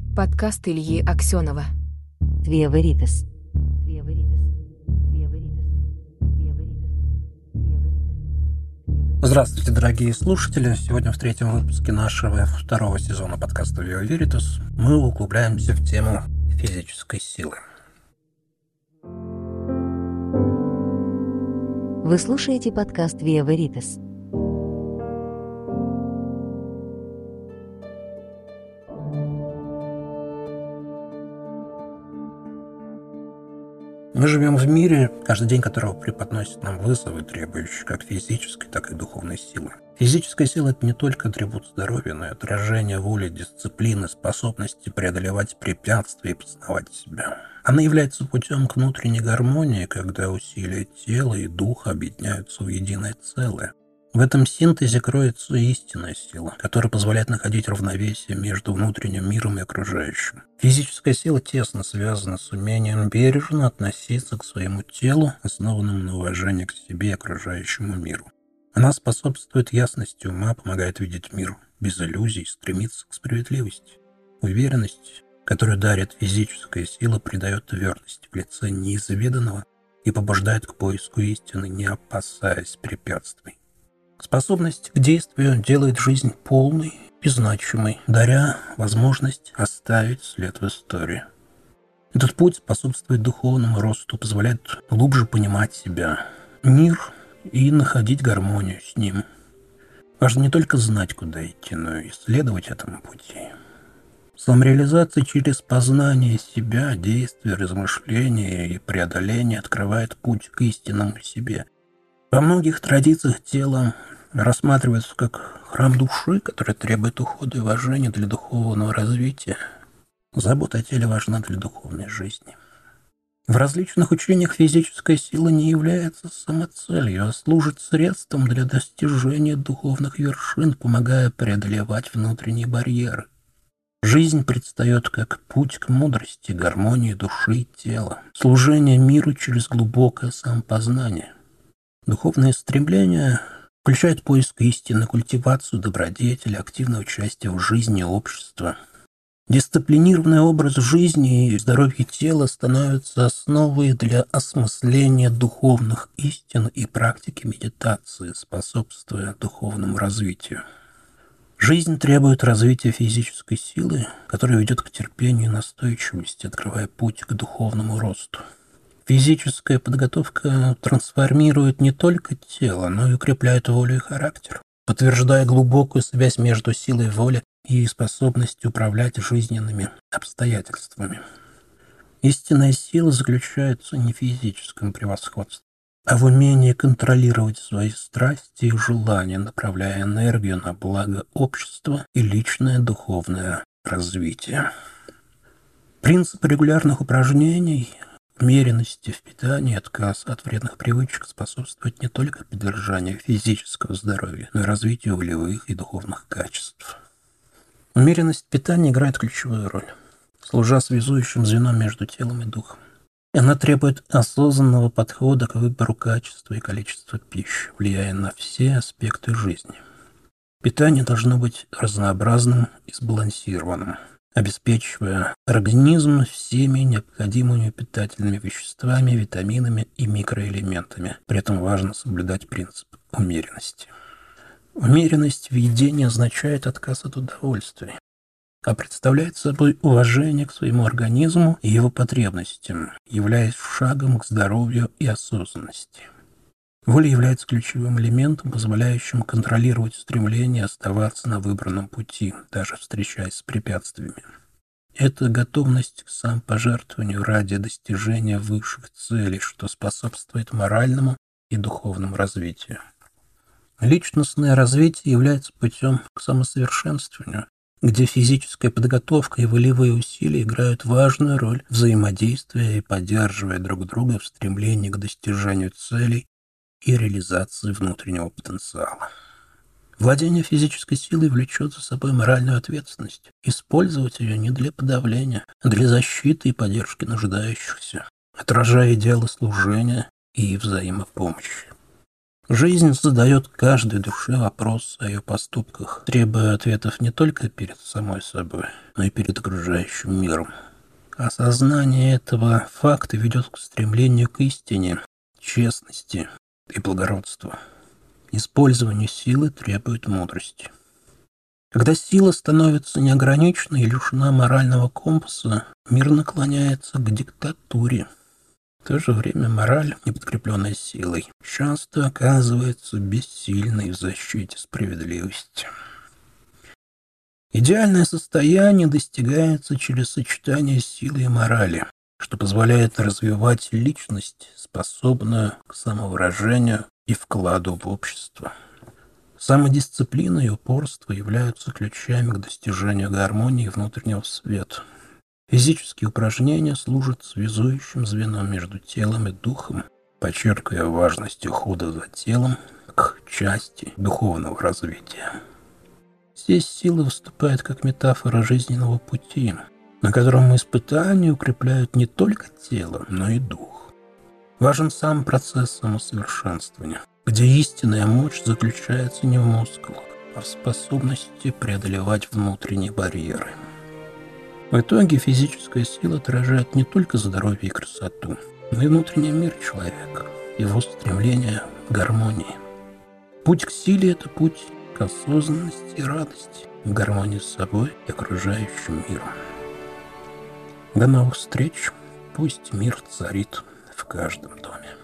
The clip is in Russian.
Подкаст Ильи Аксенова. Via Veritas. Здравствуйте, дорогие слушатели! Сегодня в третьем выпуске нашего второго сезона подкаста Via Veritas мы углубляемся в тему физической силы. Вы слушаете подкаст Via Veritas. Мы живем в мире, каждый день которого преподносит нам вызовы, требующие как физической, так и духовной силы. Физическая сила – это не только атрибут здоровья, но и отражение воли, дисциплины, способности преодолевать препятствия и познавать себя. Она является путем к внутренней гармонии, когда усилия тела и духа объединяются в единое целое. В этом синтезе кроется истинная сила, которая позволяет находить равновесие между внутренним миром и окружающим. Физическая сила тесно связана с умением бережно относиться к своему телу, основанному на уважении к себе и окружающему миру. Она способствует ясности ума, помогает видеть мир без иллюзий, стремиться к справедливости. Уверенность, которую дарит физическая сила, придает твердость в лице неизведанного и побуждает к поиску истины, не опасаясь препятствий. Способность к действию делает жизнь полной и значимой, даря возможность оставить след в истории. Этот путь способствует духовному росту, позволяет глубже понимать себя, мир и находить гармонию с ним. Важно не только знать, куда идти, но и следовать этому пути. Самореализация через познание себя, действия, размышления и преодоление открывает путь к истинному себе. Во многих традициях тело рассматривается как храм души, который требует ухода и уважения для духовного развития. Забота о теле важна для духовной жизни. В различных учениях физическая сила не является самоцелью, а служит средством для достижения духовных вершин, помогая преодолевать внутренние барьеры. Жизнь предстает как путь к мудрости, гармонии души и тела, служение миру через глубокое самопознание. Духовные стремления включают поиск истины, культивацию добродетели, активное участие в жизни общества. Дисциплинированный образ жизни и здоровье тела становятся основой для осмысления духовных истин и практики медитации, способствуя духовному развитию. Жизнь требует развития физической силы, которая ведет к терпению и настойчивости, открывая путь к духовному росту. Физическая подготовка трансформирует не только тело, но и укрепляет волю и характер, подтверждая глубокую связь между силой воли и способностью управлять жизненными обстоятельствами. Истинная сила заключается не в физическом превосходстве, а в умении контролировать свои страсти и желания, направляя энергию на благо общества и личное духовное развитие. Принцип регулярных упражнений, умеренности в питании и отказ от вредных привычек способствует не только поддержанию физического здоровья, но и развитию волевых и духовных качеств. Умеренность питания играет ключевую роль, служа связующим звеном между телом и духом. Она требует осознанного подхода к выбору качества и количества пищи, влияя на все аспекты жизни. Питание должно быть разнообразным и сбалансированным, обеспечивая организм всеми необходимыми питательными веществами, витаминами и микроэлементами. При этом важно соблюдать принцип умеренности. Умеренность в еде не означает отказ от удовольствия, а представляет собой уважение к своему организму и его потребностям, являясь шагом к здоровью и осознанности. Воля является ключевым элементом, позволяющим контролировать стремление оставаться на выбранном пути, даже встречаясь с препятствиями. Это готовность к самопожертвованию ради достижения высших целей, что способствует моральному и духовному развитию. Личностное развитие является путем к самосовершенствованию, где физическая подготовка и волевые усилия играют важную роль, взаимодействуя и поддерживая друг друга в стремлении к достижению целей и реализации внутреннего потенциала. Владение физической силой влечет за собой моральную ответственность. Использовать ее не для подавления, а для защиты и поддержки нуждающихся, отражая идеалы служения и взаимопомощи. Жизнь задает каждой душе вопрос о ее поступках, требуя ответов не только перед самой собой, но и перед окружающим миром. Осознание этого факта ведет к стремлению к истине, честности и благородству. Использование силы требует мудрости. Когда сила становится неограниченной и лишена морального компаса, мир наклоняется к диктатуре. В то же время мораль, не подкрепленная силой, часто оказывается бессильной в защите справедливости. Идеальное состояние достигается через сочетание силы и морали, что позволяет развивать личность, способную к самовыражению и вкладу в общество. Самодисциплина и упорство являются ключами к достижению гармонии и внутреннего света. Физические упражнения служат связующим звеном между телом и духом, подчеркивая важность ухода за телом как части духовного развития. Здесь сила выступает как метафора жизненного пути, на котором испытания укрепляют не только тело, но и дух. Важен сам процесс самосовершенствования, где истинная мощь заключается не в мускулах, а в способности преодолевать внутренние барьеры. В итоге физическая сила отражает не только здоровье и красоту, но и внутренний мир человека, его стремление к гармонии. Путь к силе – это путь к осознанности и радости, в гармонии с собой и окружающим миром. До новых встреч, пусть мир царит в каждом доме.